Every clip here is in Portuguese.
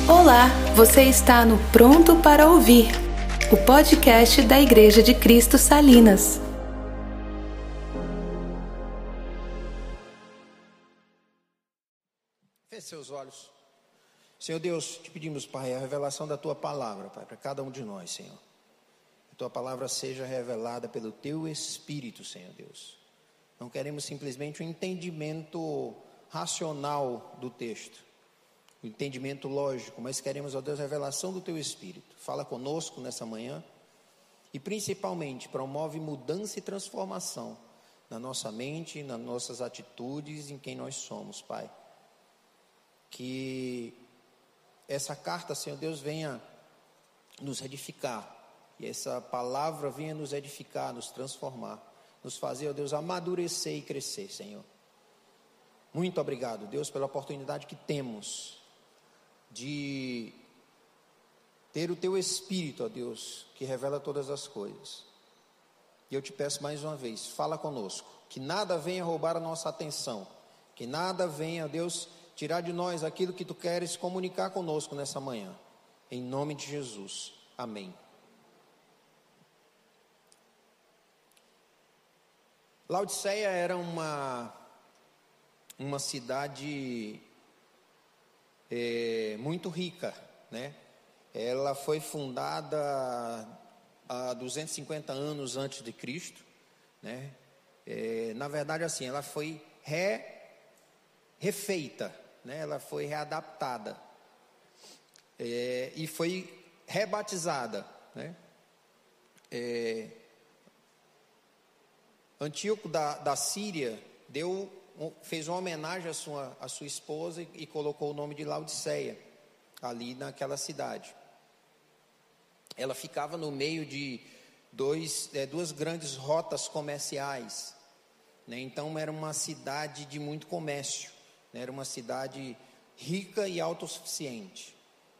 Olá, você está no Pronto para Ouvir, o podcast da Igreja de Cristo Salinas. Feche seus olhos. Senhor Deus, te pedimos, Pai, a revelação da Tua Palavra, Pai, para cada um de nós, Senhor. Que a Tua Palavra seja revelada pelo Teu Espírito, Senhor Deus. Não queremos simplesmente um entendimento racional do texto, um entendimento lógico, mas queremos, ó Deus, a revelação do Teu Espírito. Fala conosco nessa manhã e principalmente promove mudança e transformação na nossa mente, nas nossas atitudes, em quem nós somos, Pai. Que essa carta, Senhor Deus, venha nos edificar, e essa palavra venha nos edificar, nos transformar, nos fazer, ó Deus, amadurecer e crescer, Senhor. Muito obrigado, Deus, pela oportunidade que temos de ter o Teu Espírito, ó Deus, que revela todas as coisas. E eu te peço mais uma vez, fala conosco, que nada venha roubar a nossa atenção, que nada venha, ó Deus, tirar de nós aquilo que Tu queres comunicar conosco nessa manhã. Em nome de Jesus. Amém. Laodiceia era uma cidade muito rica, né? Ela foi fundada há 250 anos antes de Cristo, né? Na verdade, assim, ela foi refeita, né? Ela foi readaptada e foi rebatizada, né? Antíoco da Síria fez uma homenagem à sua esposa e colocou o nome de Laodiceia ali naquela cidade. Ela ficava no meio de duas grandes rotas comerciais, né? Então era uma cidade de muito comércio, né? Era uma cidade rica e autossuficiente.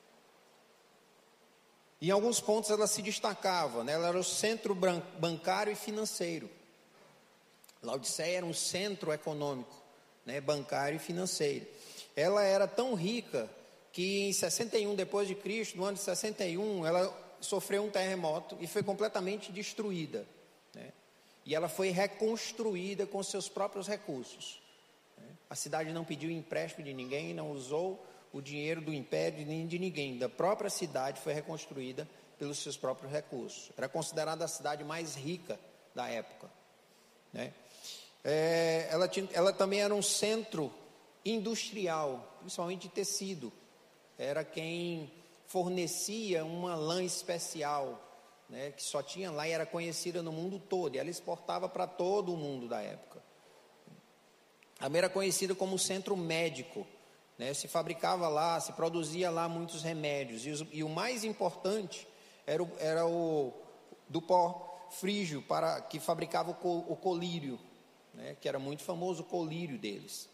Em alguns pontos ela se destacava, né? Ela era o centro bancário e financeiro. Laodiceia era um centro econômico, né, bancário e financeiro. Ela era tão rica que em 61 depois de Cristo, no ano de 61, ela sofreu um terremoto e foi completamente destruída, né? E ela foi reconstruída com seus próprios recursos, né? A cidade não pediu empréstimo de ninguém, não usou o dinheiro do império nem de ninguém. Da própria cidade foi reconstruída pelos seus próprios recursos. Era considerada a cidade mais rica da época, né? Ela também era um centro industrial, principalmente de tecido. Era quem fornecia uma lã especial, né, que só tinha lá e era conhecida no mundo todo. E ela exportava para todo o mundo da época. Também era conhecida como centro médico, né, se fabricava lá, se produzia lá muitos remédios. E o mais importante era o do pó frígio, que fabricava o colírio, né, que era muito famoso o colírio deles,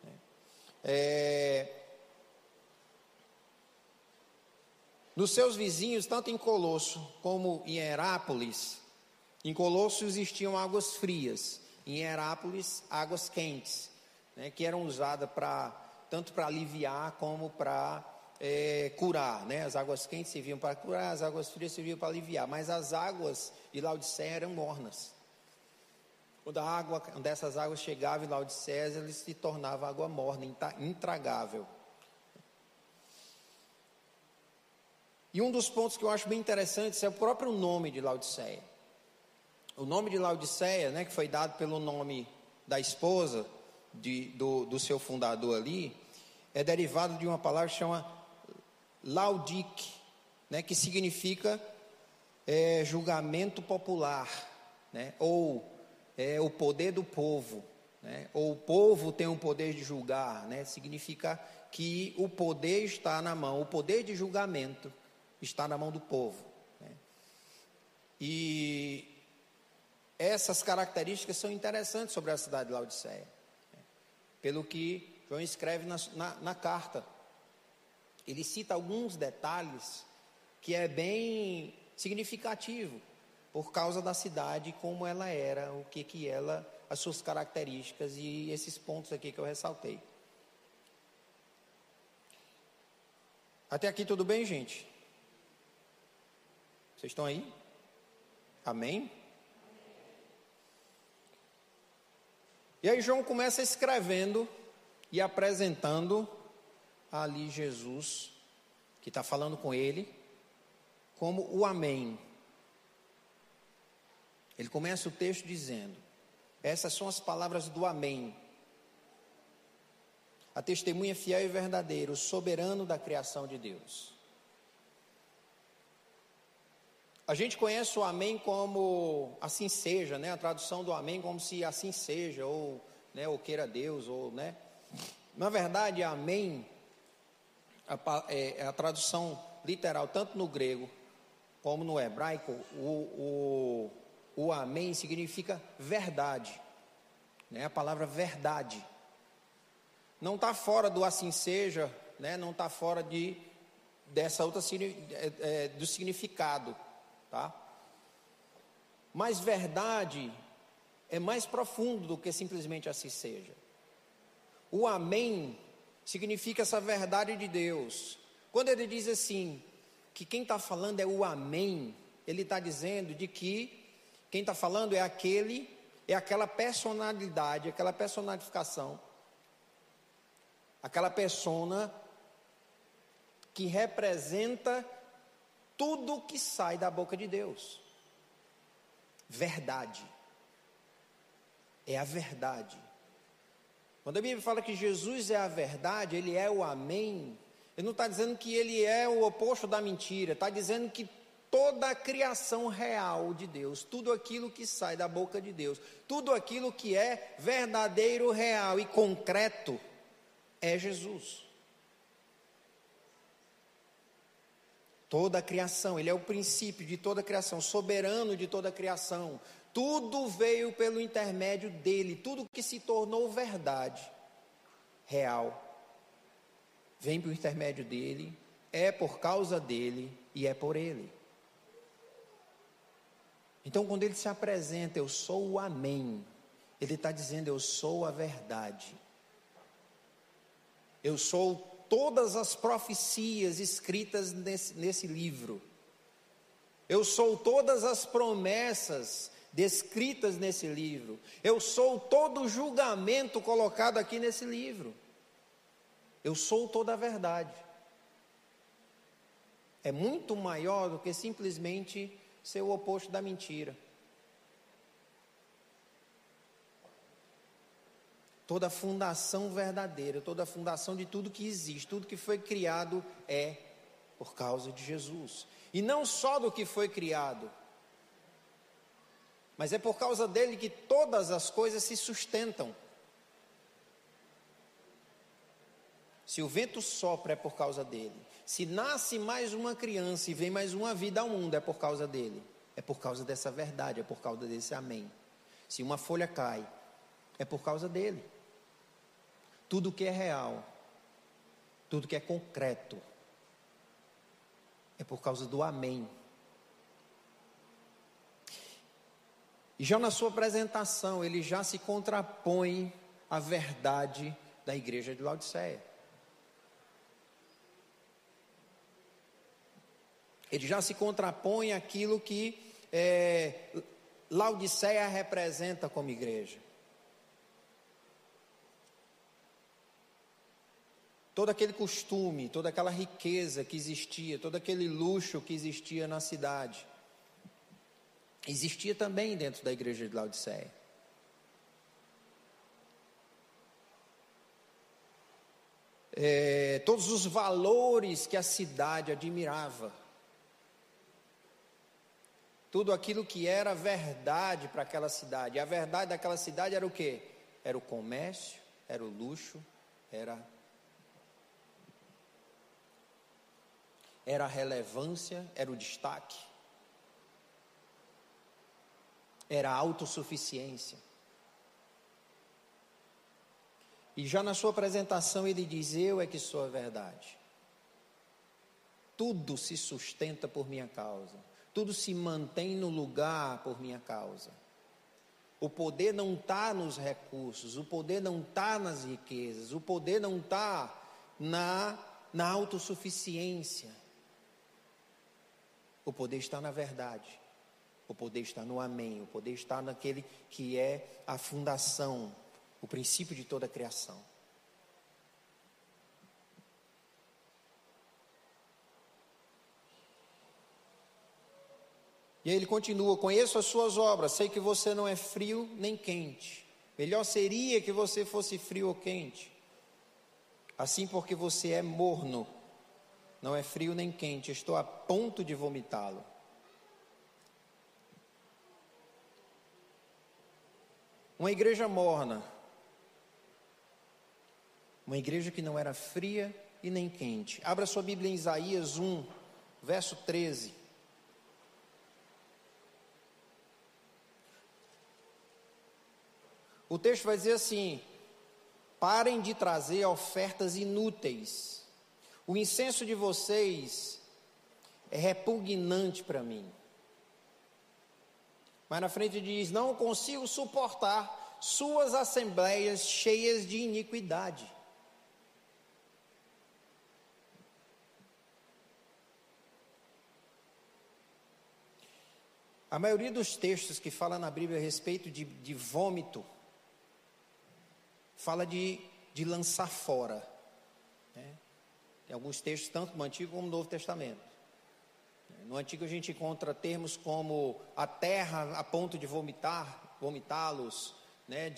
né. Nos seus vizinhos, tanto em Colosso como em Herápolis, em Colosso existiam águas frias, em Herápolis águas quentes, né, que eram usadas tanto para aliviar como para curar, né. As águas quentes serviam para curar, as águas frias serviam para aliviar, mas as águas de Laodiceia eram mornas. Quando essas águas chegavam em Laodiceia, elas se tornavam água morna, intragável. E um dos pontos que eu acho bem interessantes é o próprio nome de Laodiceia. O nome de Laodiceia, né, que foi dado pelo nome da esposa do seu fundador ali, é derivado de uma palavra que chama laudique, né, que significa julgamento popular, né, ou o poder do povo, né, ou o povo tem o poder de julgar, né, significa que o poder está na mão, o poder de julgamento está na mão do povo, né? E essas características são interessantes sobre a cidade de Laodiceia, né? Pelo que João escreve na carta. Ele cita alguns detalhes que é bem significativo por causa da cidade, como ela era, as suas características e esses pontos aqui que eu ressaltei. Até aqui tudo bem, gente? Vocês estão aí? Amém? E aí João começa escrevendo e apresentando ali Jesus, que está falando com ele, como o Amém. Ele começa o texto dizendo: essas são as palavras do Amém, a testemunha fiel e verdadeira, o soberano da criação de Deus. A gente conhece o Amém como assim seja, né? A tradução do Amém como se assim seja, ou, né, ou queira Deus, ou, né? Na verdade, Amém é a tradução literal, tanto no grego como no hebraico. O Amém significa verdade, né? A palavra verdade. Não está fora do assim seja, né? Não está fora dessa outra do significado, tá? Mas verdade é mais profundo do que simplesmente assim seja. O Amém significa essa verdade de Deus. Quando ele diz assim, que quem está falando é o Amém, ele está dizendo de que quem está falando é aquela personalidade, aquela personificação, aquela persona que representa tudo que sai da boca de Deus. Verdade. É a verdade. Quando a Bíblia fala que Jesus é a verdade, Ele é o Amém, Ele não está dizendo que Ele é o oposto da mentira, está dizendo que toda a criação real de Deus, tudo aquilo que sai da boca de Deus, tudo aquilo que é verdadeiro, real e concreto, é Jesus. Toda a criação, Ele é o princípio de toda a criação, soberano de toda a criação. Tudo veio pelo intermédio dEle, tudo que se tornou verdade, real, vem pelo intermédio dEle, é por causa dEle e é por Ele. Então, quando Ele se apresenta, eu sou o Amém, Ele está dizendo, eu sou a verdade. Eu sou todas as profecias escritas nesse livro. Eu sou todas as promessas descritas nesse livro. Eu sou todo o julgamento colocado aqui nesse livro. Eu sou toda a verdade. É muito maior do que simplesmente ser o oposto da mentira. Toda a fundação verdadeira, toda a fundação de tudo que existe, tudo que foi criado é por causa de Jesus. E não só do que foi criado, mas é por causa dele que todas as coisas se sustentam. Se o vento sopra, é por causa dele. Se nasce mais uma criança e vem mais uma vida ao mundo, é por causa dele. É por causa dessa verdade, é por causa desse Amém. Se uma folha cai, é por causa dele. Tudo que é real, tudo que é concreto, é por causa do Amém. E já na sua apresentação, ele já se contrapõe à verdade da igreja de Laodiceia. Ele já se contrapõe àquilo que Laodiceia representa como igreja. Todo aquele costume, toda aquela riqueza que existia, todo aquele luxo que existia na cidade, existia também dentro da igreja de Laodiceia. Todos os valores que a cidade admirava, tudo aquilo que era verdade para aquela cidade. E a verdade daquela cidade era o quê? Era o comércio, era o luxo, era a relevância, era o destaque, era a autossuficiência. E já na sua apresentação ele diz, eu é que sou a verdade. Tudo se sustenta por minha causa, tudo se mantém no lugar por minha causa. O poder não está nos recursos, o poder não está nas riquezas, o poder não está na autossuficiência. O poder está na verdade. O poder está no amém. O poder está naquele que é a fundação, o princípio de toda a criação. E aí ele continua: conheço as suas obras, sei que você não é frio nem quente. Melhor seria que você fosse frio ou quente. Assim, porque você é morno, não é frio nem quente, estou a ponto de vomitá-lo. Uma igreja morna, uma igreja que não era fria e nem quente. Abra sua Bíblia em Isaías 1, verso 13. O texto vai dizer assim: parem de trazer ofertas inúteis. O incenso de vocês é repugnante para mim. Mas na frente diz: não consigo suportar suas assembleias cheias de iniquidade. A maioria dos textos que fala na Bíblia a respeito de vômito, fala de lançar fora, né? Tem alguns textos, tanto no Antigo como no Novo Testamento. No Antigo a gente encontra termos como a terra a ponto de vomitá-los, né?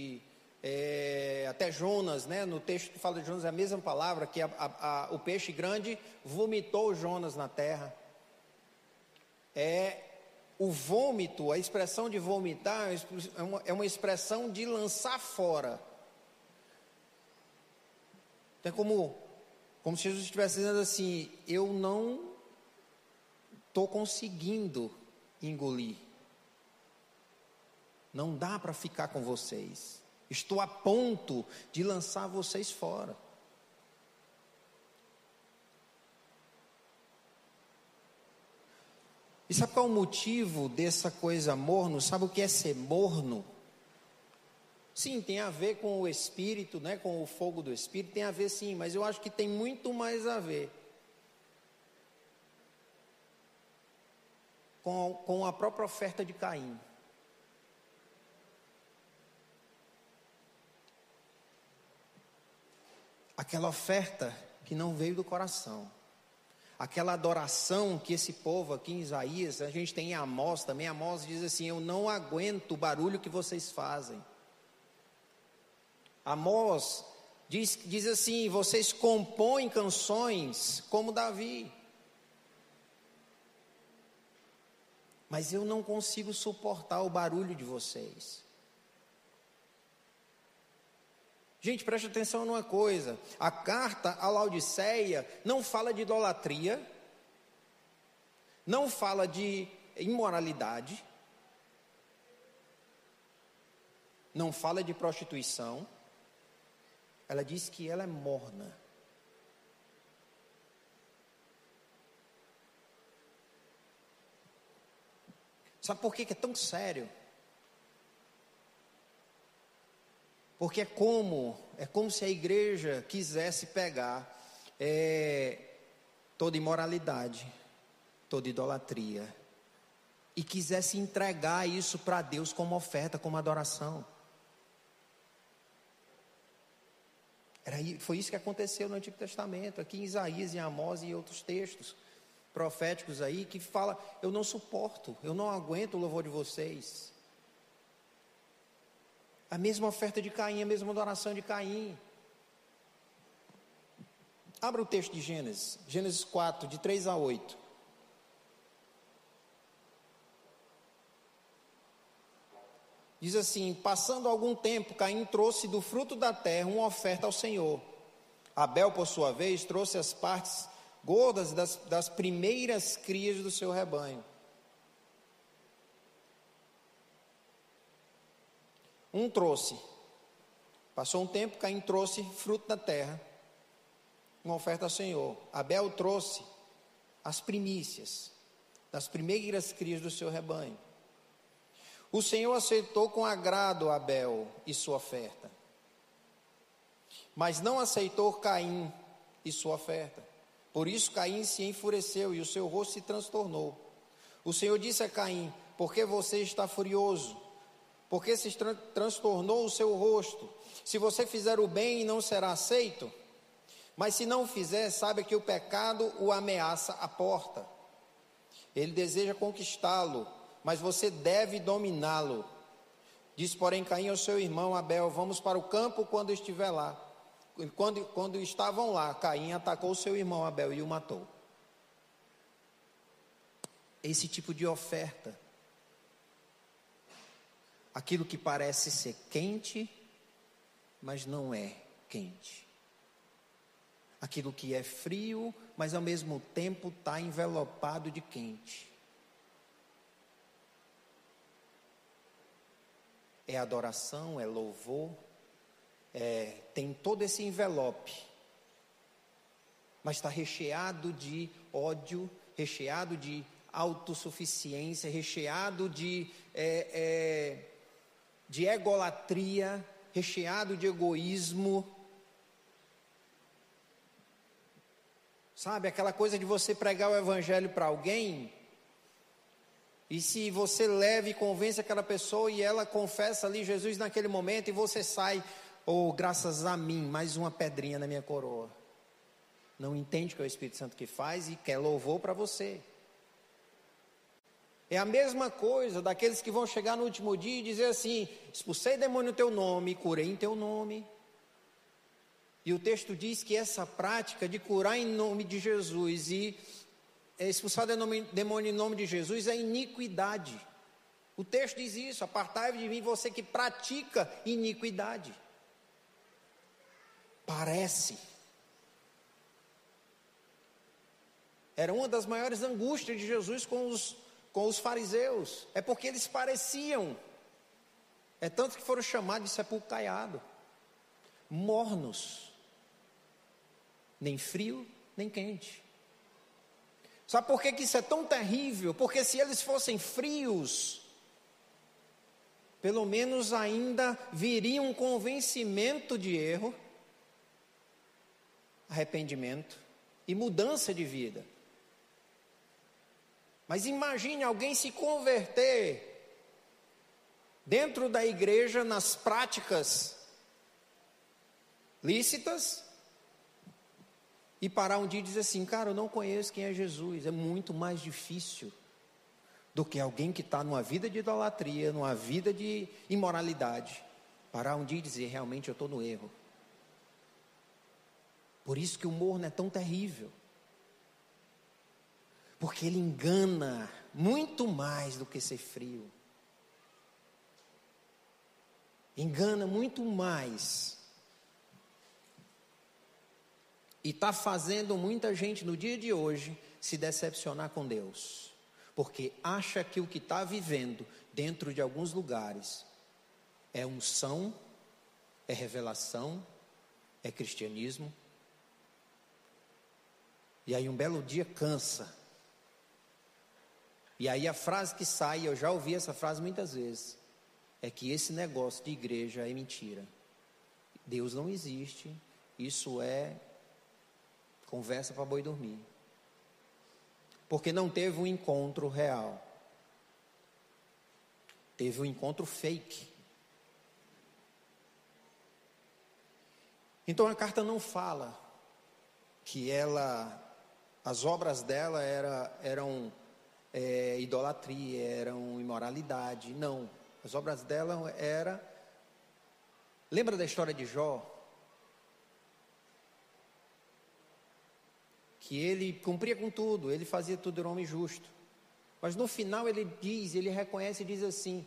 Até Jonas, né? No texto que fala de Jonas é a mesma palavra, que o peixe grande vomitou Jonas na terra. O vômito, a expressão de vomitar é uma expressão de lançar fora. Então é como se Jesus estivesse dizendo assim: eu não estou conseguindo engolir. Não dá para ficar com vocês. Estou a ponto de lançar vocês fora. E sabe qual é o motivo dessa coisa morno? Sabe o que é ser morno? Sim, tem a ver com o Espírito, né? Com o fogo do Espírito, tem a ver sim, mas eu acho que tem muito mais a ver com a própria oferta de Caim. Aquela oferta que não veio do coração. Aquela adoração que esse povo aqui em Isaías, a gente tem em Amós também. Amós diz assim: eu não aguento o barulho que vocês fazem. Amós diz assim: vocês compõem canções como Davi, mas eu não consigo suportar o barulho de vocês. Gente, preste atenção numa coisa: a carta a Laodiceia não fala de idolatria, não fala de imoralidade, não fala de prostituição. Ela diz que ela é morna. Sabe por que é tão sério? Porque é como se a igreja quisesse pegar toda imoralidade, toda idolatria, e quisesse entregar isso para Deus como oferta, como adoração. Foi isso que aconteceu no Antigo Testamento, aqui em Isaías, em Amós e outros textos proféticos aí, que fala: eu não suporto, eu não aguento o louvor de vocês. A mesma oferta de Caim, a mesma adoração de Caim. Abra o texto de Gênesis 4, de 3 a 8. Diz assim: passando algum tempo, Caim trouxe do fruto da terra uma oferta ao Senhor. Abel, por sua vez, trouxe as partes gordas das primeiras crias do seu rebanho. Passou um tempo, Caim trouxe fruto da terra, uma oferta ao Senhor. Abel trouxe as primícias das primeiras crias do seu rebanho. O Senhor aceitou com agrado Abel e sua oferta, mas não aceitou Caim e sua oferta. Por isso Caim se enfureceu e o seu rosto se transtornou. O Senhor disse a Caim: por que você está furioso? Por que se transtornou o seu rosto? Se você fizer o bem, não será aceito? Mas se não o fizer, saiba que o pecado o ameaça à porta. Ele deseja conquistá-lo, mas você deve dominá-lo. Disse, porém, Caim ao seu irmão Abel: vamos para o campo quando estiver lá. Quando estavam lá, Caim atacou seu irmão Abel e o matou. Esse tipo de oferta, aquilo que parece ser quente, mas não é quente. Aquilo que é frio, mas ao mesmo tempo está envelopado de quente. É adoração, é louvor, tem todo esse envelope, mas está recheado de ódio, recheado de autossuficiência, recheado de egolatria, recheado de egoísmo. Sabe, aquela coisa de você pregar o evangelho para alguém, e se você leva e convence aquela pessoa e ela confessa ali Jesus naquele momento, e você sai, graças a mim, mais uma pedrinha na minha coroa. Não entende que é o Espírito Santo que faz e quer louvor para você. É a mesma coisa daqueles que vão chegar no último dia e dizer assim: expulsei demônio no teu nome, curei em teu nome. E o texto diz que essa prática de curar em nome de Jesus e expulsar demônio em nome de Jesus é iniquidade. O texto diz isso: apartai-vos de mim, você que pratica iniquidade. Parece. Era uma das maiores angústias de Jesus com os fariseus. É porque eles pareciam. É tanto que foram chamados de sepulcro caiado. Mornos. Nem frio, nem quente. Sabe por que isso é tão terrível? Porque se eles fossem frios, pelo menos ainda viria um convencimento de erro, arrependimento e mudança de vida. Mas imagine alguém se converter dentro da igreja nas práticas lícitas e parar um dia e dizer assim: cara, eu não conheço quem é Jesus. É muito mais difícil do que alguém que está numa vida de idolatria, numa vida de imoralidade, parar um dia e dizer: realmente eu estou no erro. Por isso que o morno é tão terrível, porque ele engana muito mais do que ser frio. Engana muito mais. E está fazendo muita gente no dia de hoje se decepcionar com Deus, porque acha que o que está vivendo dentro de alguns lugares é unção, é revelação, é cristianismo. E aí um belo dia cansa. E aí a frase que sai, eu já ouvi essa frase muitas vezes, é que esse negócio de igreja é mentira. Deus não existe, isso é conversa para boi dormir. Porque não teve um encontro real. Teve um encontro fake. Então a carta não fala que as obras dela eram idolatria, eram imoralidade. Não. As obras dela eram... Lembra da história de Jó? Que ele cumpria com tudo, ele fazia tudo, era um homem justo. Mas no final ele reconhece e diz assim: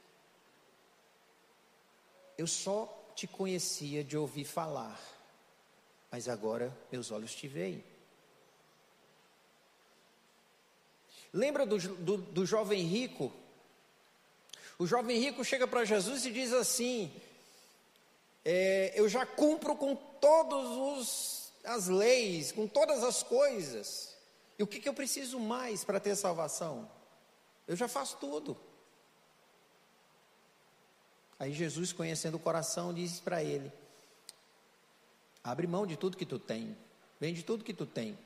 eu só te conhecia de ouvir falar, mas agora meus olhos te veem. Lembra do jovem rico? O jovem rico chega para Jesus e diz assim: eu já cumpro com as leis, com todas as coisas, e o que eu preciso mais para ter salvação? Eu já faço tudo. Aí Jesus, conhecendo o coração, diz para ele: abre mão de tudo que tu tem, Vende tudo que tu tem.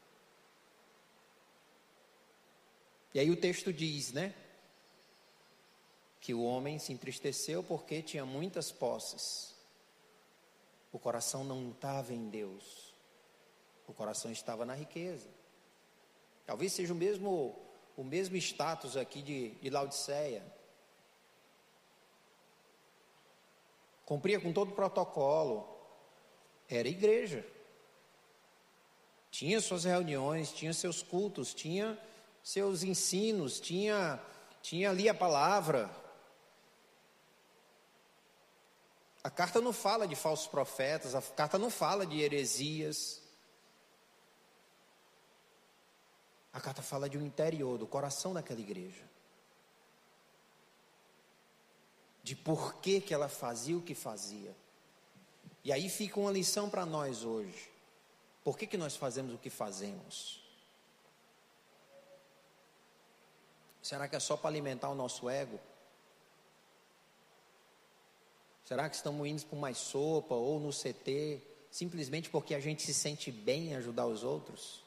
E aí o texto diz, né? Que o homem se entristeceu porque tinha muitas posses. O coração não estava em Deus. O coração estava na riqueza. Talvez seja o mesmo status aqui de Laodiceia. Cumpria com todo o protocolo. Era igreja. Tinha suas reuniões, tinha seus cultos, tinha seus ensinos, tinha ali a palavra. A carta não fala de falsos profetas, a carta não fala de heresias. A carta fala de um interior, do coração daquela igreja. De por que ela fazia o que fazia. E aí fica uma lição para nós hoje. Por que nós fazemos o que fazemos? Será que é só para alimentar o nosso ego? Será que estamos indo por mais sopa ou no CT, simplesmente porque a gente se sente bem em ajudar os outros?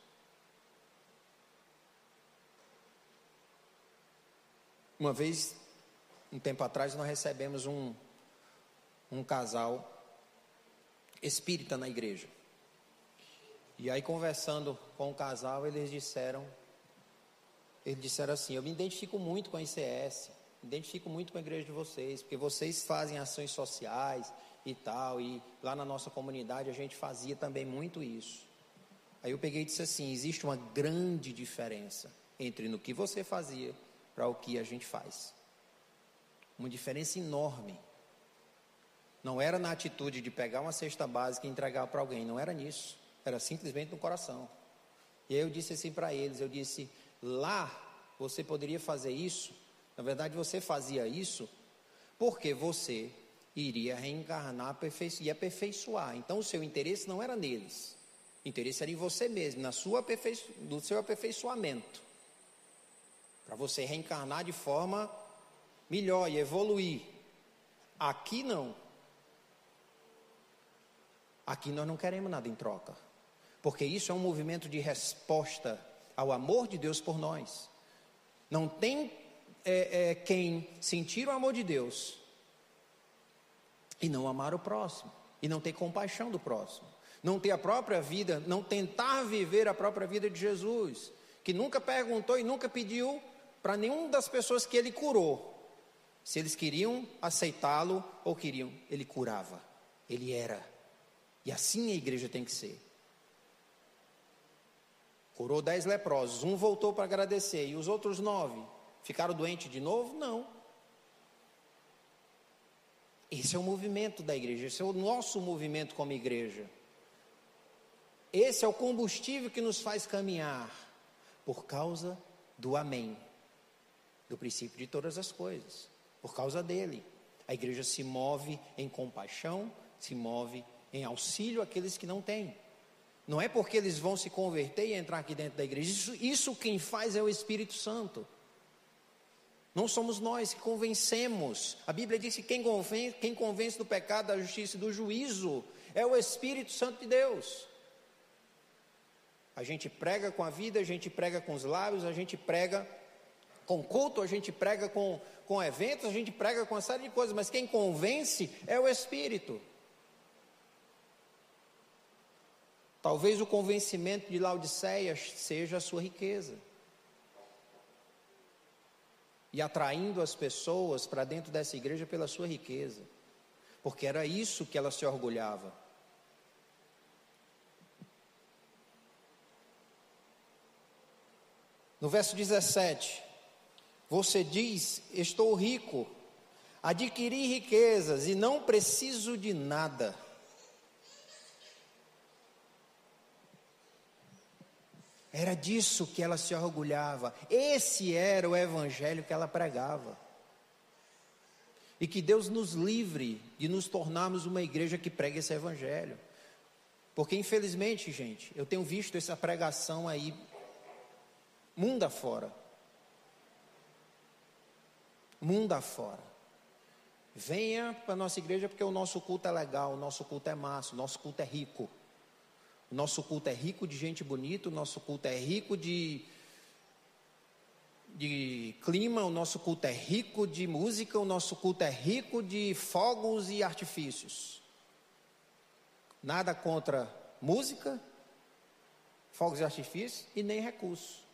Uma vez, um tempo atrás, nós recebemos um casal espírita na igreja. E aí, conversando com o casal, eles disseram assim: eu me identifico muito com a ICS, me identifico muito com a igreja de vocês, porque vocês fazem ações sociais e tal, e lá na nossa comunidade a gente fazia também muito isso. Aí eu peguei e disse assim: existe uma grande diferença entre no que você fazia para o que a gente faz. Uma diferença enorme. Não era na atitude de pegar uma cesta básica e entregar para alguém, não era nisso. Era simplesmente no coração. E aí eu disse assim para eles, eu disse: lá você poderia fazer isso, na verdade você fazia isso, porque você iria reencarnar e aperfeiçoar. Então o seu interesse não era neles, o interesse era em você mesmo, no seu aperfeiçoamento. Para você reencarnar de forma melhor e evoluir. Aqui não. Aqui nós não queremos nada em troca. Porque isso é um movimento de resposta ao amor de Deus por nós. Não tem quem sentir o amor de Deus e não amar o próximo. E não ter compaixão do próximo. Não ter a própria vida, não tentar viver a própria vida de Jesus. Que nunca perguntou e nunca pediu para nenhuma das pessoas que ele curou se eles queriam aceitá-lo ou queriam. Ele curava, ele era. E assim a igreja tem que ser. Curou 10 leprosos, um voltou para agradecer, e os outros 9 ficaram doentes de novo? Não. Esse é o movimento da igreja, esse é o nosso movimento como igreja. Esse é o combustível que nos faz caminhar, por causa do amém, do princípio de todas as coisas, por causa dele. A igreja se move em compaixão, se move em auxílio àqueles que não têm. Não é porque eles vão se converter e entrar aqui dentro da igreja. Isso quem faz é o Espírito Santo. Não somos nós que convencemos. A Bíblia diz que quem convence do pecado, da justiça e do juízo é o Espírito Santo de Deus. A gente prega com a vida, a gente prega com os lábios, a gente prega com culto, a gente prega com eventos, a gente prega com uma série de coisas, mas quem convence é o Espírito. Talvez o convencimento de Laodiceia seja a sua riqueza. E atraindo as pessoas para dentro dessa igreja pela sua riqueza. Porque era isso que ela se orgulhava. No verso 17, você diz: estou rico, adquiri riquezas e não preciso de nada. Era disso que ela se orgulhava. Esse era o evangelho que ela pregava. E que Deus nos livre de nos tornarmos uma igreja que prega esse evangelho. Porque infelizmente, gente, eu tenho visto essa pregação aí mundo afora. Mundo afora. Venha para a nossa igreja porque o nosso culto é legal, o nosso culto é massa, o nosso culto é rico. Nosso culto é rico de gente bonita, o nosso culto é rico de clima, o nosso culto é rico de música, o nosso culto é rico de fogos e artifícios. Nada contra música, fogos e artifícios e nem recursos.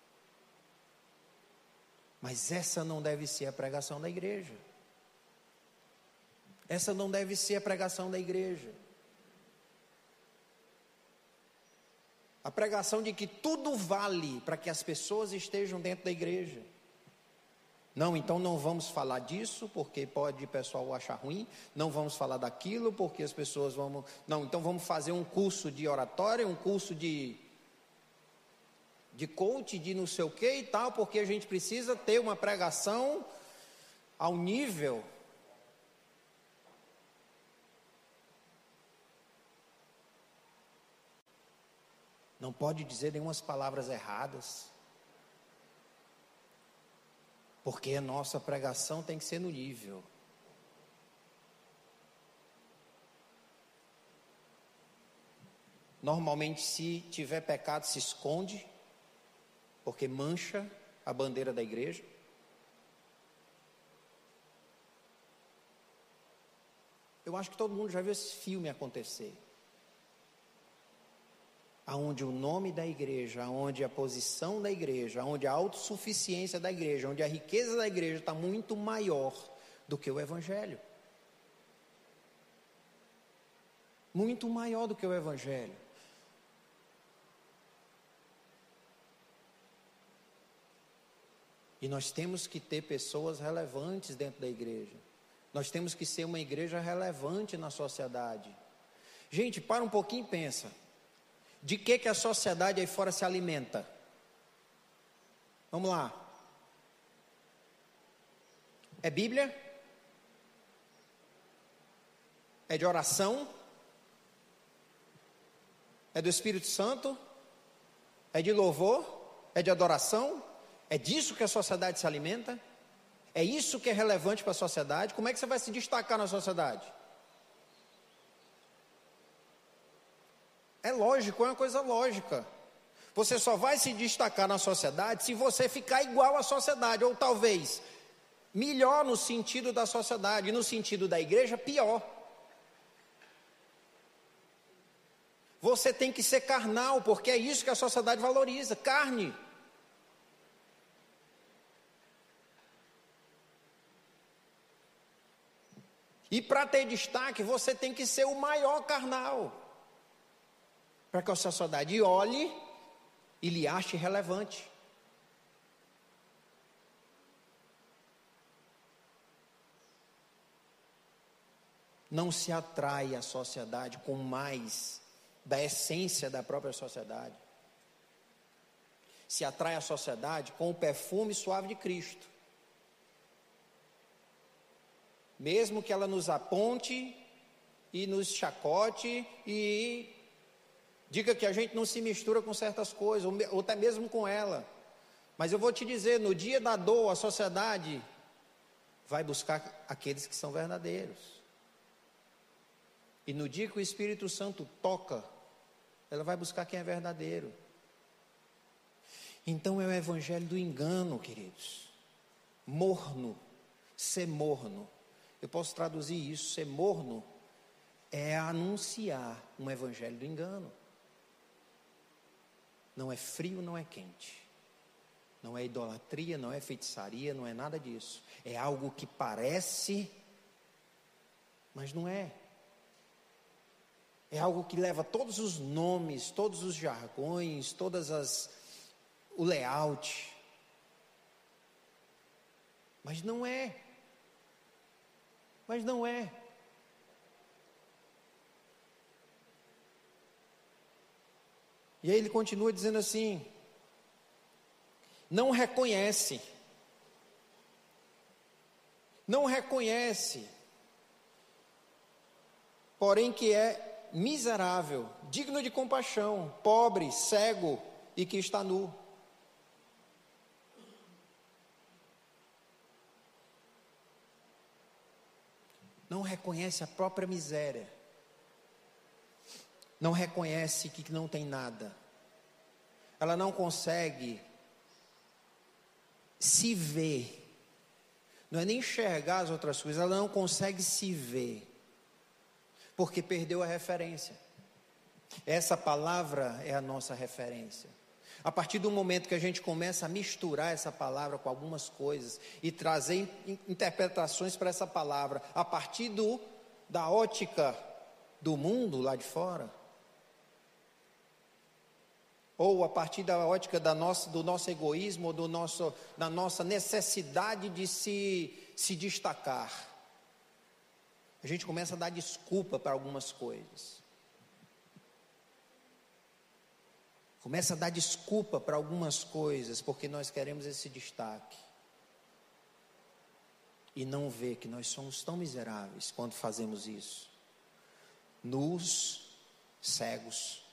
Mas essa não deve ser a pregação da igreja. Essa não deve ser a pregação da igreja. A pregação de que tudo vale para que as pessoas estejam dentro da igreja. Não, então não vamos falar disso, porque pode o pessoal achar ruim. Não vamos falar daquilo, porque as pessoas vão... Não, então vamos fazer um curso de oratória, um curso de coach, de não sei o que e tal, porque a gente precisa ter uma pregação ao nível... Não pode dizer nenhumas palavras erradas, porque a nossa pregação tem que ser no nível. Normalmente, se tiver pecado, se esconde, porque mancha a bandeira da igreja. Eu acho que todo mundo já viu esse filme acontecer. Aonde o nome da igreja, aonde a posição da igreja, aonde a autossuficiência da igreja, onde a riqueza da igreja está muito maior do que o evangelho. Muito maior do que o evangelho. E nós temos que ter pessoas relevantes dentro da igreja. Nós temos que ser uma igreja relevante na sociedade. Gente, para um pouquinho e pensa. De que a sociedade aí fora se alimenta? Vamos lá. É Bíblia? É de oração? É do Espírito Santo? É de louvor? É de adoração? É disso que a sociedade se alimenta? É isso que é relevante para a sociedade? Como é que você vai se destacar na sociedade? É lógico, é uma coisa lógica. Você só vai se destacar na sociedade se você ficar igual à sociedade, ou talvez melhor no sentido da sociedade, e no sentido da igreja, pior. Você tem que ser carnal, porque é isso que a sociedade valoriza, carne. E para ter destaque, você tem que ser o maior carnal. Para que a sociedade olhe e lhe ache relevante. Não se atrai a sociedade com mais da essência da própria sociedade. Se atrai a sociedade com o perfume suave de Cristo. Mesmo que ela nos aponte e nos chacote e diga que a gente não se mistura com certas coisas, ou até mesmo com ela. Mas eu vou te dizer, no dia da dor, a sociedade vai buscar aqueles que são verdadeiros. E no dia que o Espírito Santo toca, ela vai buscar quem é verdadeiro. Então é o evangelho do engano, queridos. Morno, ser morno. Eu posso traduzir isso, ser morno é anunciar um evangelho do engano. Não é frio, não é quente. Não é idolatria, não é feitiçaria, não é nada disso. É algo que parece, mas não é. É algo que leva todos os nomes, todos os jargões, o layout. Mas não é. Mas não é. E aí ele continua dizendo assim: não reconhece, porém que é miserável, digno de compaixão, pobre, cego e que está nu. Não reconhece a própria miséria. não reconhece que não tem nada. Ela não consegue se ver. Não é nem enxergar as outras coisas, ela não consegue se ver. Porque perdeu a referência. Essa palavra é a nossa referência. A partir do momento que a gente começa a misturar essa palavra com algumas coisas e trazer interpretações para essa palavra, a partir da ótica do mundo lá de fora, ou a partir da ótica do nosso egoísmo, ou da nossa necessidade de se destacar, a gente começa a dar desculpa para algumas coisas. Começa a dar desculpa para algumas coisas, porque nós queremos esse destaque. E não vê que nós somos tão miseráveis quando fazemos isso. Nus, cegos.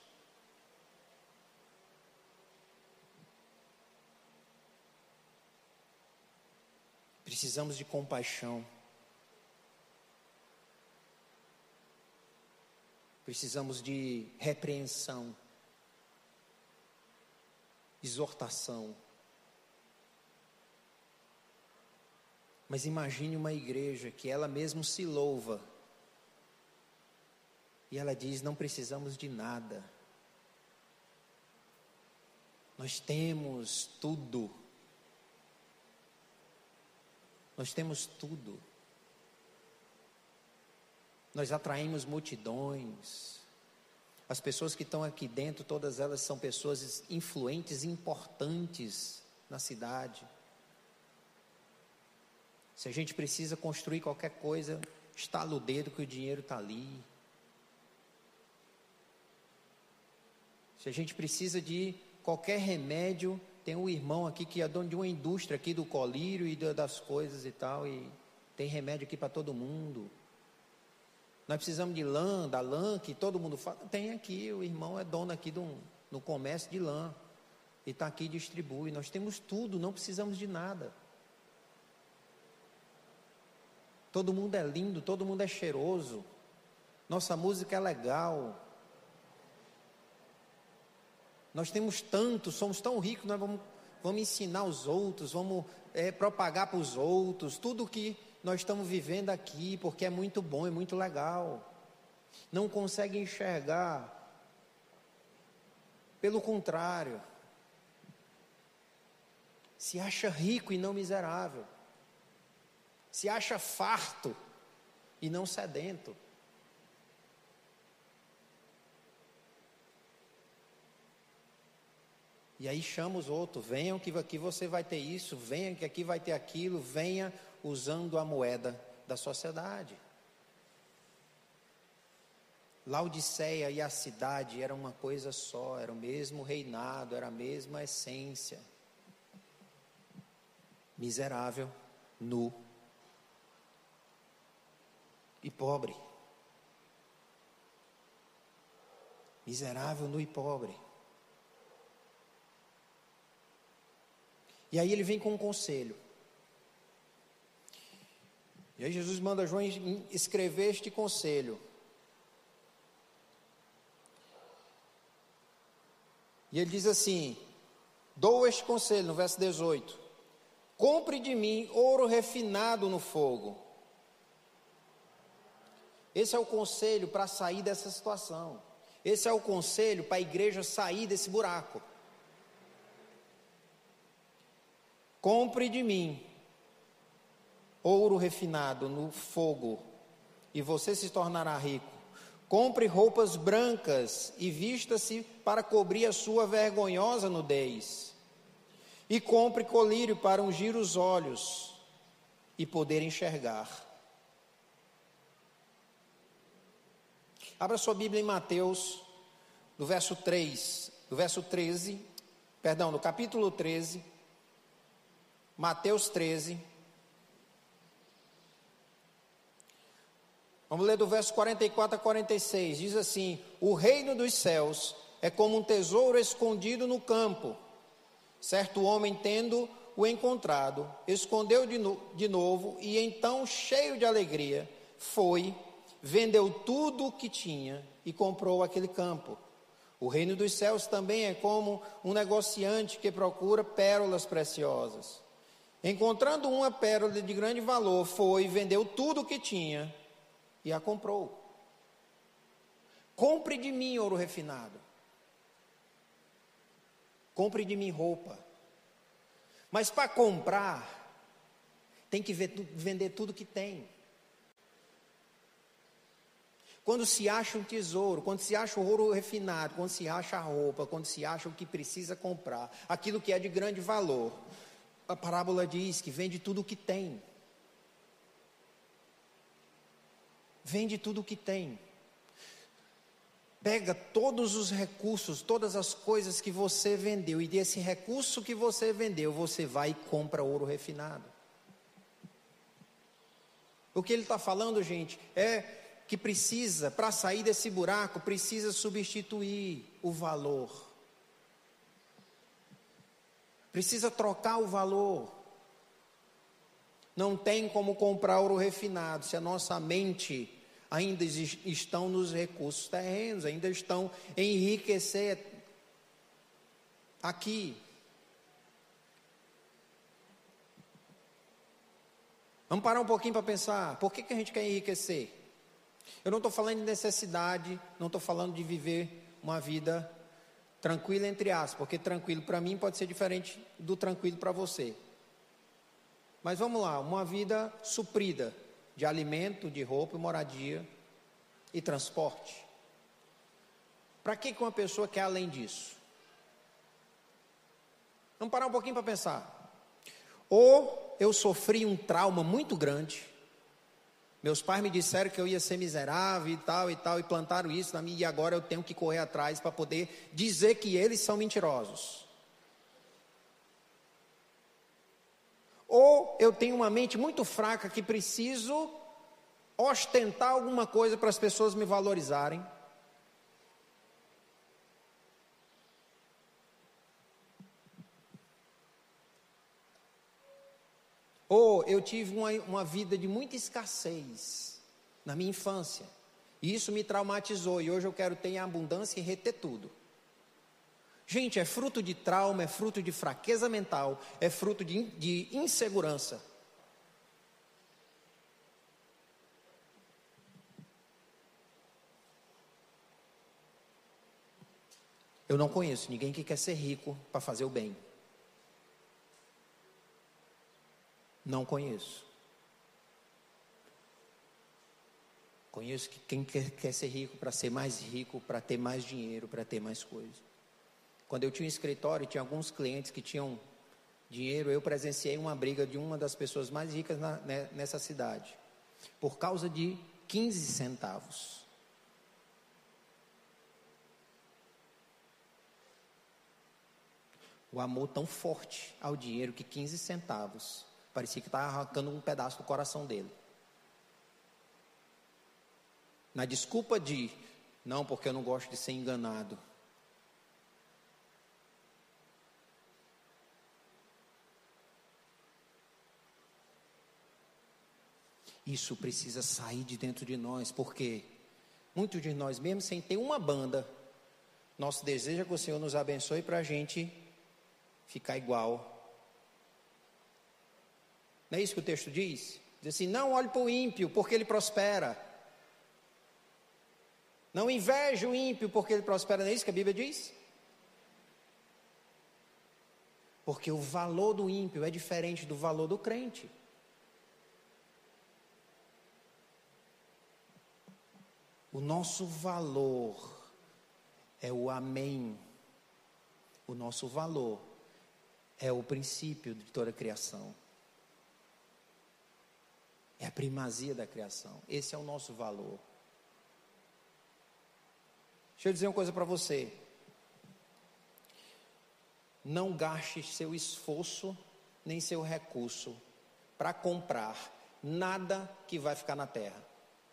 Precisamos de compaixão. Precisamos de repreensão. Exortação. Mas imagine uma igreja que ela mesma se louva e ela diz: não precisamos de nada, nós temos tudo, nós atraímos multidões. As pessoas que estão aqui dentro, todas elas são pessoas influentes, importantes na cidade. Se a gente precisa construir qualquer coisa, estala o dedo que o dinheiro está ali. Se a gente precisa de qualquer remédio, tem um irmão aqui que é dono de uma indústria aqui do colírio e das coisas e tal, e tem remédio aqui para todo mundo. Nós precisamos de lã, da lã que todo mundo fala. Tem aqui, o irmão é dono aqui no comércio de lã. E está aqui e distribui. Nós temos tudo, não precisamos de nada. Todo mundo é lindo, todo mundo é cheiroso. Nossa música é legal. Nós temos tanto, somos tão ricos, nós vamos ensinar os outros, vamos propagar para os outros, tudo que nós estamos vivendo aqui, porque é muito bom, é muito legal. Não consegue enxergar. Pelo contrário, se acha rico e não miserável, se acha farto e não sedento. E aí chama os outros: venham que aqui você vai ter isso, venha que aqui vai ter aquilo, venha usando a moeda da sociedade. Laodiceia e a cidade eram uma coisa só, era o mesmo reinado, era a mesma essência. Miserável, nu e pobre. Miserável, nu e pobre. E aí ele vem com um conselho. E aí Jesus manda João escrever este conselho. E ele diz assim: dou este conselho, no verso 18: compre de mim ouro refinado no fogo. Esse é o conselho para sair dessa situação. Esse é o conselho para a igreja sair desse buraco. Compre de mim ouro refinado no fogo, e você se tornará rico. Compre roupas brancas e vista-se para cobrir a sua vergonhosa nudez. E compre colírio para ungir os olhos e poder enxergar. Abra sua Bíblia em Mateus, no capítulo 13, Mateus 13. Vamos ler do verso 44 a 46, diz assim: o reino dos céus é como um tesouro escondido no campo. Certo homem, tendo-o encontrado, escondeu de novo, e então, cheio de alegria, foi, vendeu tudo o que tinha e comprou aquele campo. O reino dos céus também é como um negociante que procura pérolas preciosas. Encontrando uma pérola de grande valor, foi e vendeu tudo o que tinha e a comprou. Compre de mim ouro refinado. Compre de mim roupa. Mas para comprar, tem que vender tudo que tem. Quando se acha um tesouro, quando se acha o ouro refinado, quando se acha a roupa, quando se acha o que precisa comprar, aquilo que é de grande valor, a parábola diz que vende tudo o que tem. Vende tudo o que tem. Pega todos os recursos, todas as coisas que você vendeu, e desse recurso que você vendeu, você vai e compra ouro refinado. O que ele está falando, gente, é que precisa, para sair desse buraco, precisa substituir o valor. Precisa trocar o valor. Não tem como comprar ouro refinado se a nossa mente ainda estão nos recursos terrenos, ainda estão em enriquecer aqui. Vamos parar um pouquinho para pensar, por que a gente quer enriquecer? Eu não estou falando de necessidade, não estou falando de viver uma vida tranquila entre aspas, porque tranquilo para mim pode ser diferente do tranquilo para você. Mas vamos lá, uma vida suprida de alimento, de roupa, moradia e transporte. Para que uma pessoa quer além disso? Vamos parar um pouquinho para pensar. Ou eu sofri um trauma muito grande, meus pais me disseram que eu ia ser miserável e tal, e plantaram isso na minha, e agora eu tenho que correr atrás para poder dizer que eles são mentirosos. Ou eu tenho uma mente muito fraca que preciso ostentar alguma coisa para as pessoas me valorizarem. Ou eu tive uma vida de muita escassez na minha infância, e isso me traumatizou, e hoje eu quero ter em abundância e reter tudo. Gente, é fruto de trauma, é fruto de fraqueza mental, é fruto de insegurança. Eu não conheço ninguém que quer ser rico para fazer o bem. Não conheço. Conheço que quem quer ser rico para ser mais rico, para ter mais dinheiro, para ter mais coisas. Quando eu tinha um escritório, tinha alguns clientes que tinham dinheiro, eu presenciei uma briga de uma das pessoas mais ricas nessa cidade, por causa de 15 centavos. O amor tão forte ao dinheiro que 15 centavos, parecia que estava arrancando um pedaço do coração dele. Na desculpa de, não, porque eu não gosto de ser enganado. Isso precisa sair de dentro de nós, porque muitos de nós, mesmo sem ter uma banda, nosso desejo é que o Senhor nos abençoe para a gente ficar igual. Não é isso que o texto diz? Diz assim, não olhe para o ímpio, porque ele prospera. Não inveje o ímpio, porque ele prospera. Não é isso que a Bíblia diz? Porque o valor do ímpio é diferente do valor do crente. O nosso valor é o amém. O nosso valor é o princípio de toda a criação. É a primazia da criação. Esse é o nosso valor. Deixa eu dizer uma coisa para você. Não gaste seu esforço, nem seu recurso para comprar nada que vai ficar na terra.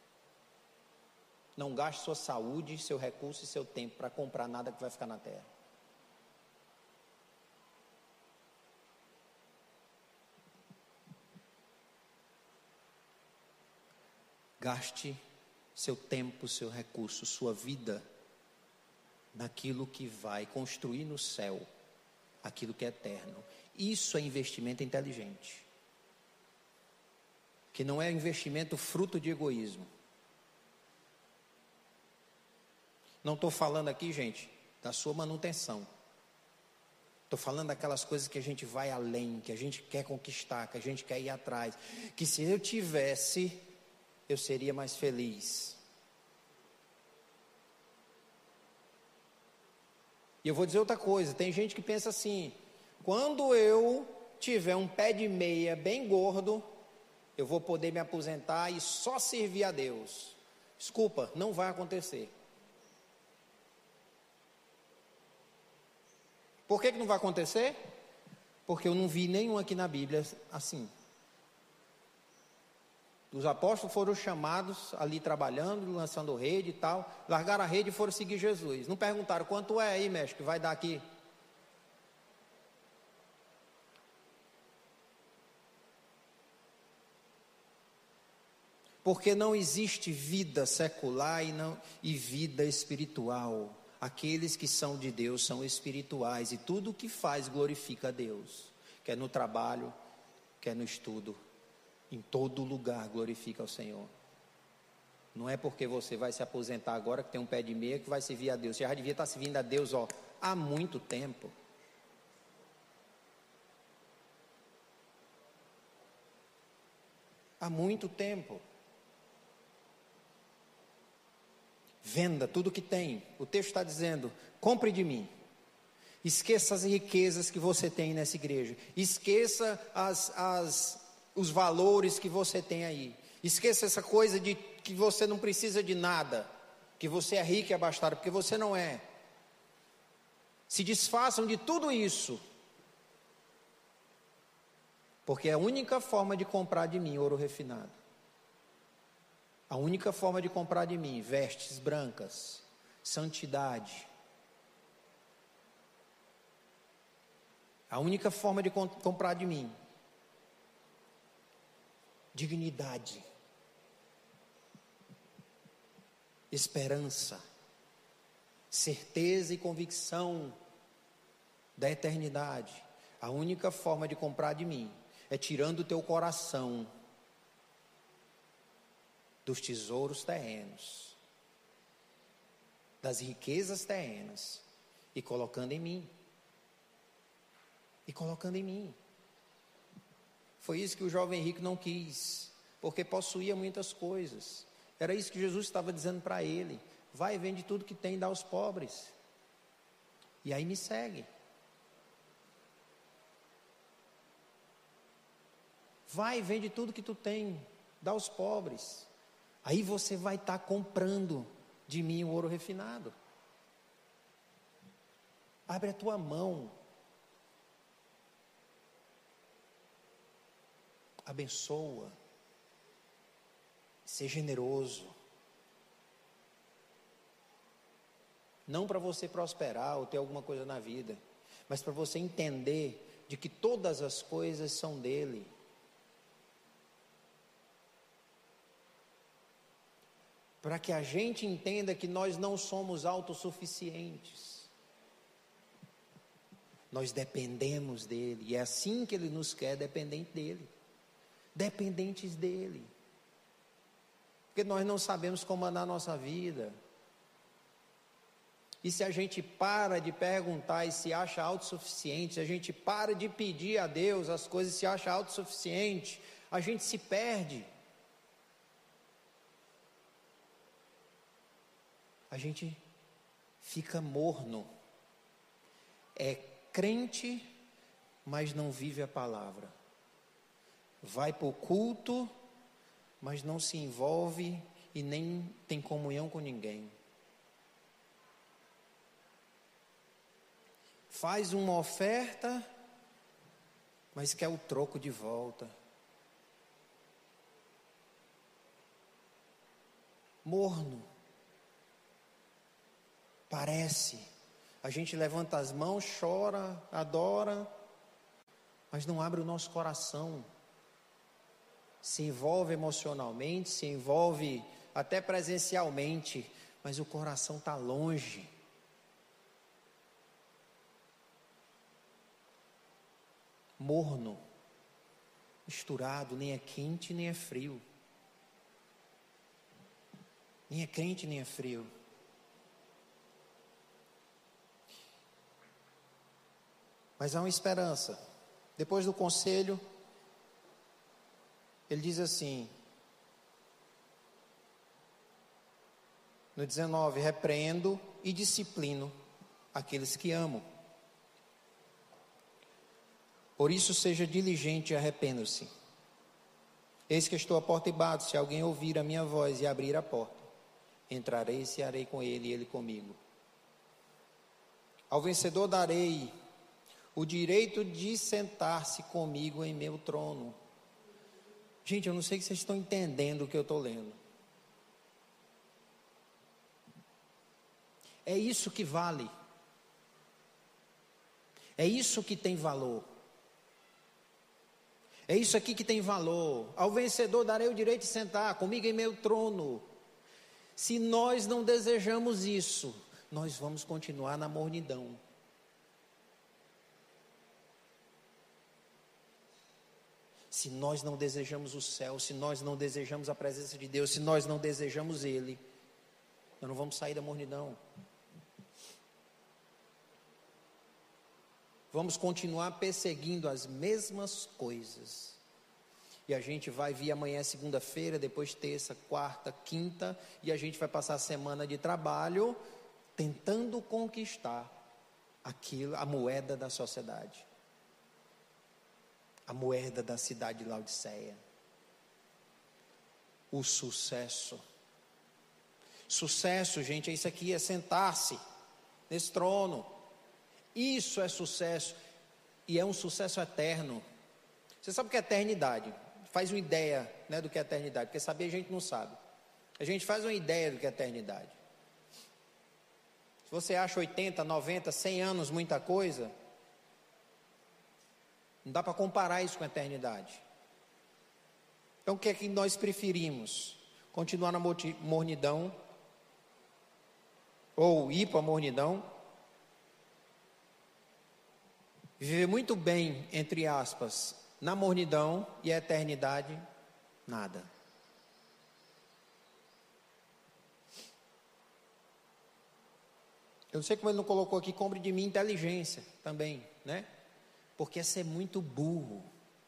Não gaste sua saúde, seu recurso e seu tempo para comprar nada que vai ficar na terra. Gaste seu tempo, seu recurso, sua vida naquilo que vai construir no céu, aquilo que é eterno. Isso é investimento inteligente, que não é investimento fruto de egoísmo. Não estou falando aqui, gente, da sua manutenção. Estou falando daquelas coisas que a gente vai além, que a gente quer conquistar, que a gente quer ir atrás. Que se eu tivesse, eu seria mais feliz. E eu vou dizer outra coisa, tem gente que pensa assim, quando eu tiver um pé de meia bem gordo, eu vou poder me aposentar e só servir a Deus. Desculpa, não vai acontecer. Por que não vai acontecer? Porque eu não vi nenhum aqui na Bíblia assim. Os apóstolos foram chamados ali trabalhando, lançando rede e tal, largaram a rede e foram seguir Jesus. Não perguntaram quanto é aí, mestre, que vai dar aqui. Porque não existe vida secular e vida espiritual. Aqueles que são de Deus são espirituais e tudo o que faz glorifica a Deus. Quer no trabalho, quer no estudo. Em todo lugar glorifica ao Senhor. Não é porque você vai se aposentar agora que tem um pé de meia que vai servir a Deus. Você já devia estar servindo a Deus há muito tempo. Há muito tempo. Venda tudo que tem. O texto está dizendo, compre de mim. Esqueça as riquezas que você tem nessa igreja. Esqueça os valores que você tem aí. Esqueça essa coisa de que você não precisa de nada, que você é rico e abastado, porque você não é. Se desfaçam de tudo isso, porque é a única forma de comprar de mim ouro refinado. A única forma de comprar de mim vestes brancas, santidade. A única forma de comprar de mim dignidade, esperança, certeza e convicção da eternidade. A única forma de comprar de mim é tirando o teu coração dos tesouros terrenos, das riquezas terrenas, e colocando em mim. E colocando em mim. Foi isso que o jovem rico não quis, porque possuía muitas coisas. Era isso que Jesus estava dizendo para ele. Vai e vende tudo que tem e dá aos pobres. E aí me segue. Vai e vende tudo que tu tem, dá aos pobres. Aí você vai estar comprando de mim o ouro refinado. Abre a tua mão. Abençoa. Seja generoso. Não para você prosperar ou ter alguma coisa na vida, mas para você entender de que todas as coisas são dele. Para que a gente entenda que nós não somos autossuficientes. Nós dependemos dele. E é assim que ele nos quer, dependente dele. Dependentes dele. Porque nós não sabemos comandar a nossa vida. E se a gente para de perguntar e se acha autossuficiente, se a gente para de pedir a Deus as coisas e se acha autossuficiente, a gente se perde. A gente fica morno. É crente, mas não vive a palavra. Vai para o culto, mas não se envolve e nem tem comunhão com ninguém. Faz uma oferta, mas quer o troco de volta. Morno. Parece. A gente levanta as mãos, chora, adora, mas não abre o nosso coração. Se envolve emocionalmente, se envolve até presencialmente, mas o coração está longe. Morno, misturado, nem é quente nem é frio. Nem é quente nem é frio. Mas há uma esperança. Depois do conselho, ele diz assim, no 19: repreendo e disciplino aqueles que amo. Por isso seja diligente e arrependa-se. Eis que estou à porta e bato. Se alguém ouvir a minha voz e abrir a porta, entrarei e cearei com ele e ele comigo. Ao vencedor darei o direito de sentar-se comigo em meu trono. Gente, eu não sei se vocês estão entendendo o que eu estou lendo. É isso que vale. É isso que tem valor. É isso aqui que tem valor. Ao vencedor darei o direito de sentar comigo em meu trono. Se nós não desejamos isso, nós vamos continuar na mornidão. Se nós não desejamos o céu, se nós não desejamos a presença de Deus, se nós não desejamos Ele, nós não vamos sair da mornidão. Vamos continuar perseguindo as mesmas coisas. E a gente vai vir amanhã, segunda-feira, depois terça, quarta, quinta, e a gente vai passar a semana de trabalho tentando conquistar aquilo, a moeda da sociedade. A moeda da cidade de Laodiceia. O sucesso. Sucesso, gente, é isso aqui, é sentar-se nesse trono. Isso é sucesso, e é um sucesso eterno. Você sabe o que é eternidade? Faz uma ideia, né, do que é eternidade, porque saber a gente não sabe. A gente faz uma ideia do que é eternidade. Se você acha 80, 90, 100 anos muita coisa, não dá para comparar isso com a eternidade. Então o que é que nós preferimos? Continuar na mornidão, ou ir para a mornidão, viver muito bem, entre aspas, na mornidão, e a eternidade, nada. Eu não sei como ele não colocou aqui, cobre de mim inteligência também, né? Porque é ser muito burro.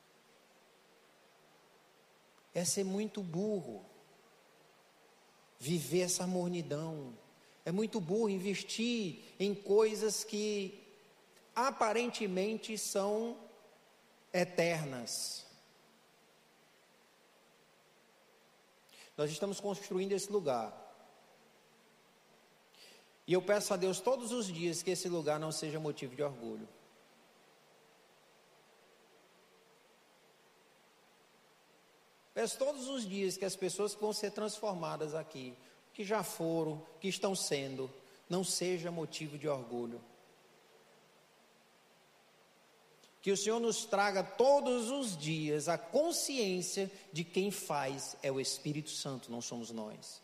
É ser muito burro. Viver essa mornidão. É muito burro investir em coisas que aparentemente são eternas. Nós estamos construindo esse lugar. E eu peço a Deus todos os dias que esse lugar não seja motivo de orgulho. Peço todos os dias que as pessoas que vão ser transformadas aqui, que já foram, que estão sendo, não seja motivo de orgulho. Que o Senhor nos traga todos os dias a consciência de quem faz é o Espírito Santo, não somos nós.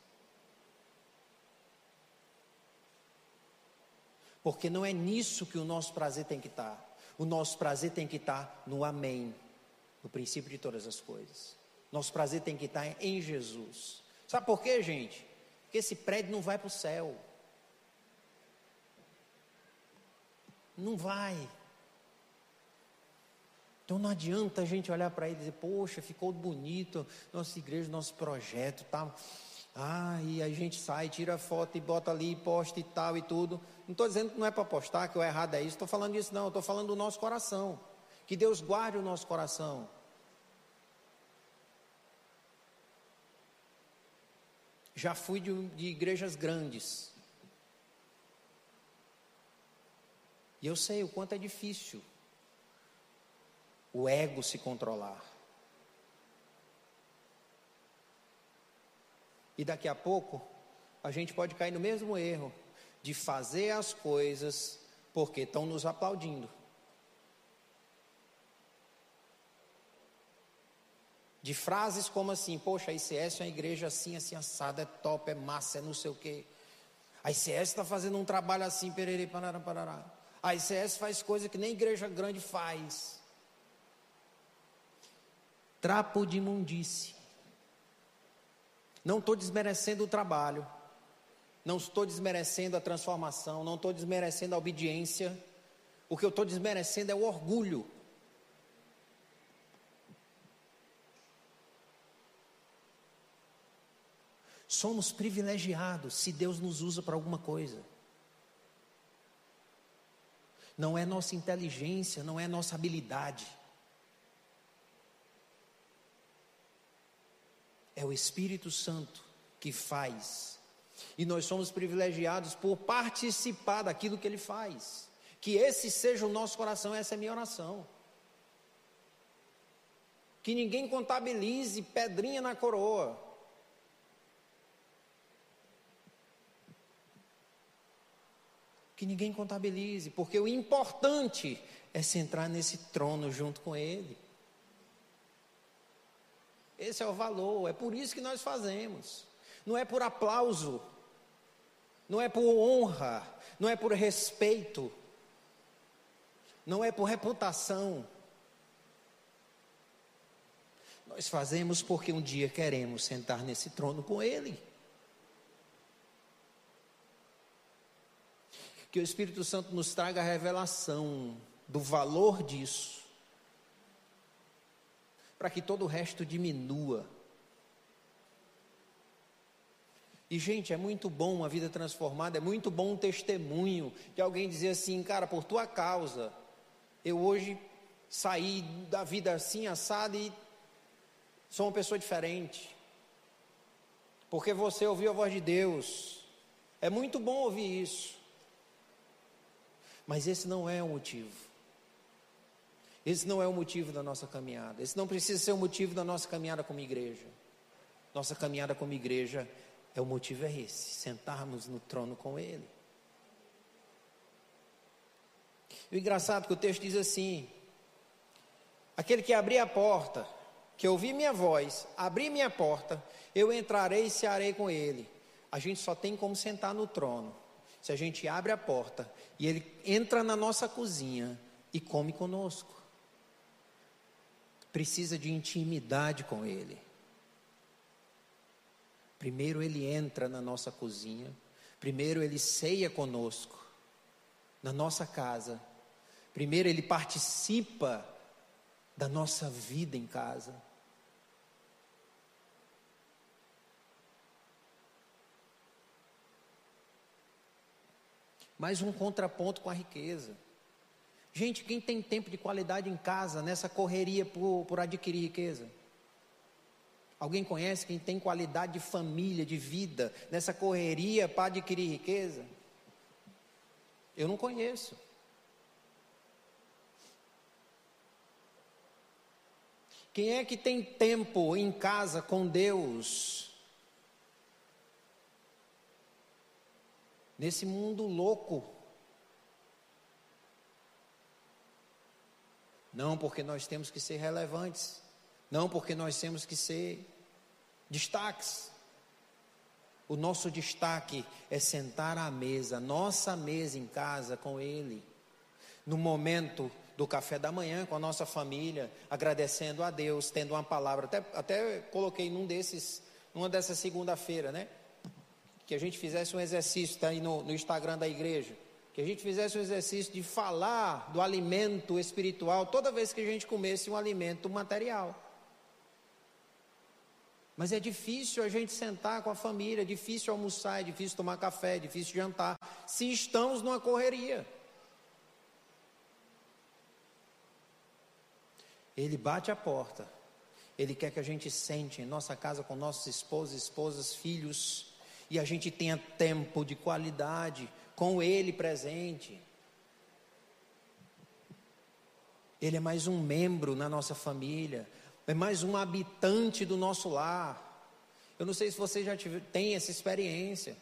Porque não é nisso que o nosso prazer tem que estar. O nosso prazer tem que estar no amém, no princípio de todas as coisas. Nosso prazer tem que estar em Jesus. Sabe por quê, gente? Porque esse prédio não vai para o céu. Não vai. Então não adianta a gente olhar para ele e dizer, poxa, ficou bonito, nossa igreja, nosso projeto, tá? E a gente sai, tira foto e bota ali, posta e tal e tudo. Não estou dizendo que não é para postar, que o errado é isso, estou falando disso não, estou falando do nosso coração. Que Deus guarde o nosso coração. Já fui de igrejas grandes. E eu sei o quanto é difícil o ego se controlar. E daqui a pouco, a gente pode cair no mesmo erro de fazer as coisas porque estão nos aplaudindo. De frases como assim: poxa, a ICS é uma igreja assim, assim, assada, é top, é massa, é não sei o quê. A ICS está fazendo um trabalho assim, perere, parará, parará. A ICS faz coisa que nem igreja grande faz. Trapo de imundície. Não estou desmerecendo o trabalho, não estou desmerecendo a transformação, não estou desmerecendo a obediência. O que eu estou desmerecendo é o orgulho. Somos privilegiados se Deus nos usa para alguma coisa. Não é nossa inteligência, não é nossa habilidade. É o Espírito Santo que faz. E nós somos privilegiados por participar daquilo que Ele faz. Que esse seja o nosso coração, essa é a minha oração. Que ninguém contabilize pedrinha na coroa. Que ninguém contabilize, porque o importante é sentar nesse trono junto com Ele. Esse é o valor, é por isso que nós fazemos. Não é por aplauso, não é por honra, não é por respeito, não é por reputação. Nós fazemos porque um dia queremos sentar nesse trono com Ele. Que o Espírito Santo nos traga a revelação do valor disso, para que todo o resto diminua. E gente, é muito bom uma vida transformada, é muito bom um testemunho de alguém dizer assim: cara, por tua causa, eu hoje saí da vida assim, assada, e sou uma pessoa diferente, porque você ouviu a voz de Deus. É muito bom ouvir isso. Mas esse não é o motivo. Esse não é o motivo da nossa caminhada. Esse não precisa ser o motivo da nossa caminhada como igreja. Nossa caminhada como igreja, o motivo é esse: sentarmos no trono com Ele. E o engraçado é que o texto diz assim: aquele que abrir a porta, que ouvir minha voz, abrir minha porta, eu entrarei e cearei com ele. A gente só tem como sentar no trono se a gente abre a porta e Ele entra na nossa cozinha e come conosco. Precisa de intimidade com Ele. Primeiro Ele entra na nossa cozinha, primeiro Ele ceia conosco, na nossa casa. Primeiro Ele participa da nossa vida em casa. Mais um contraponto com a riqueza. Gente, quem tem tempo de qualidade em casa, nessa correria por adquirir riqueza? Alguém conhece quem tem qualidade de família, de vida, nessa correria para adquirir riqueza? Eu não conheço. Quem é que tem tempo em casa com Deus? Nesse mundo louco. Não porque nós temos que ser relevantes, não porque nós temos que ser destaques. O nosso destaque é sentar à mesa, nossa mesa em casa com Ele, no momento do café da manhã com a nossa família, agradecendo a Deus, tendo uma palavra. Até coloquei numa dessa segunda-feira, né? Que a gente fizesse um exercício, está aí no Instagram da igreja, que a gente fizesse um exercício de falar do alimento espiritual toda vez que a gente comesse um alimento material. Mas é difícil a gente sentar com a família, é difícil almoçar, é difícil tomar café, é difícil jantar, se estamos numa correria. Ele bate a porta, Ele quer que a gente sente em nossa casa com nossos esposas, filhos, e a gente tenha tempo de qualidade com Ele presente. Ele é mais um membro na nossa família, é mais um habitante do nosso lar. Eu não sei se você já tem essa experiência.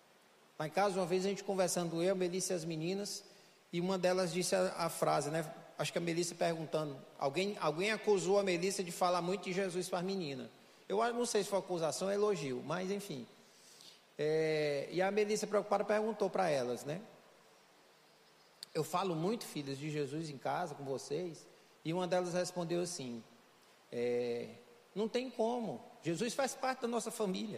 Lá em casa, uma vez a gente conversando, eu, a Melissa e as meninas, e uma delas disse a frase, né? acho que a Melissa perguntando, alguém acusou a Melissa de falar muito de Jesus para as meninas. Eu não sei se foi acusação ou elogio, mas enfim. E a Melissa, preocupada, perguntou para elas, né? Eu falo muito, filhas, de Jesus em casa com vocês. E uma delas respondeu assim, não tem como, Jesus faz parte da nossa família.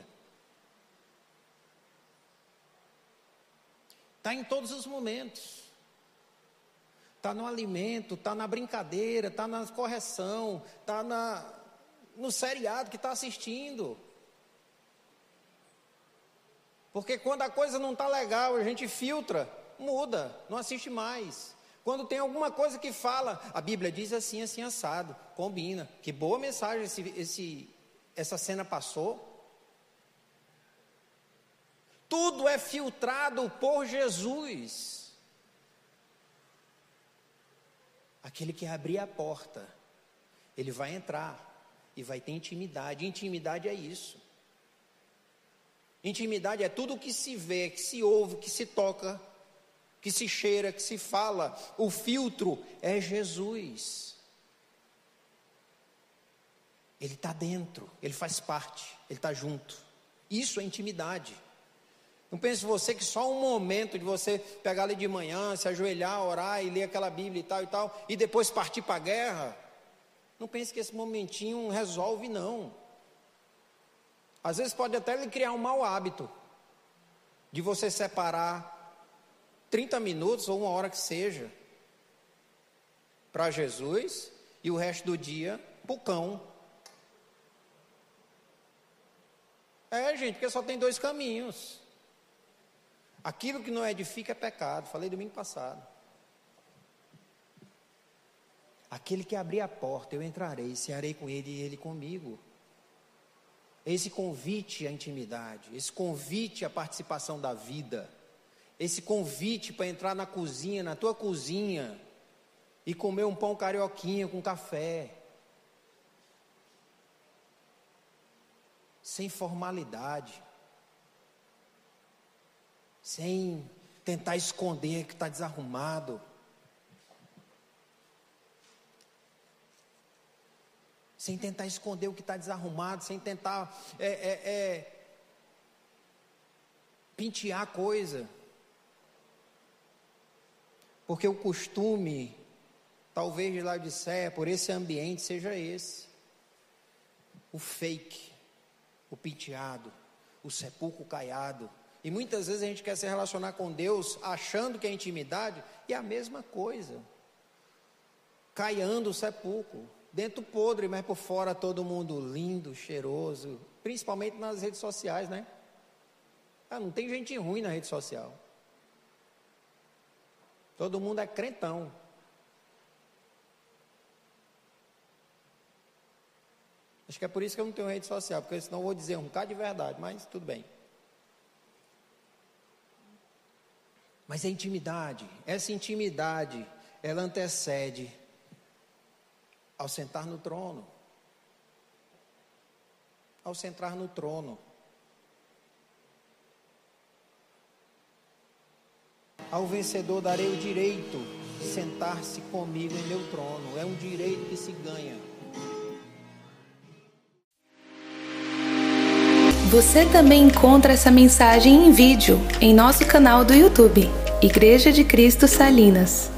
Está em todos os momentos. Está no alimento, está na brincadeira, está na correção, está no seriado que está assistindo. Porque quando a coisa não está legal, a gente filtra, muda, não assiste mais. Quando tem alguma coisa que fala, a Bíblia diz assim, assim, assado, combina. Que boa mensagem essa cena passou. Tudo é filtrado por Jesus. Aquele que abrir a porta, ele vai entrar e vai ter intimidade. Intimidade é isso. Intimidade é tudo que se vê, que se ouve, que se toca, que se cheira, que se fala. O filtro é Jesus. Ele está dentro, ele faz parte, ele está junto. Isso é intimidade. Não pense você que só um momento de você pegar ali de manhã, se ajoelhar, orar e ler aquela Bíblia e tal, e depois partir para a guerra. Não pense que esse momentinho resolve, não. Às vezes pode até lhe criar um mau hábito, de você separar 30 minutos ou uma hora que seja, para Jesus, e o resto do dia para o cão. Gente, porque só tem 2 caminhos. Aquilo que não edifica é pecado, falei domingo passado. Aquele que abrir a porta, eu entrarei, cearei com ele e ele comigo. Esse convite à intimidade, esse convite à participação da vida, esse convite para entrar na cozinha, na tua cozinha, e comer um pão carioquinha com café. Sem formalidade. Sem tentar esconder que está desarrumado. Sem tentar esconder o que está desarrumado, sem tentar pentear a coisa. Porque o costume, talvez de Laodiceia, por esse ambiente, seja esse. O fake, o penteado, o sepulcro caiado. E muitas vezes a gente quer se relacionar com Deus achando que é intimidade, e é a mesma coisa. Caiando o sepulcro, dentro podre, mas por fora todo mundo lindo, cheiroso, principalmente nas redes sociais, né? Não tem gente ruim na rede social. Todo mundo é crentão. Acho que é por isso que eu não tenho rede social, porque senão eu vou dizer um bocado de verdade, mas tudo bem. Mas a intimidade, essa intimidade, ela antecede ao sentar no trono. Ao sentar no trono. Ao vencedor darei o direito de sentar-se comigo em meu trono. É um direito que se ganha. Você também encontra essa mensagem em vídeo em nosso canal do YouTube, Igreja de Cristo Salinas.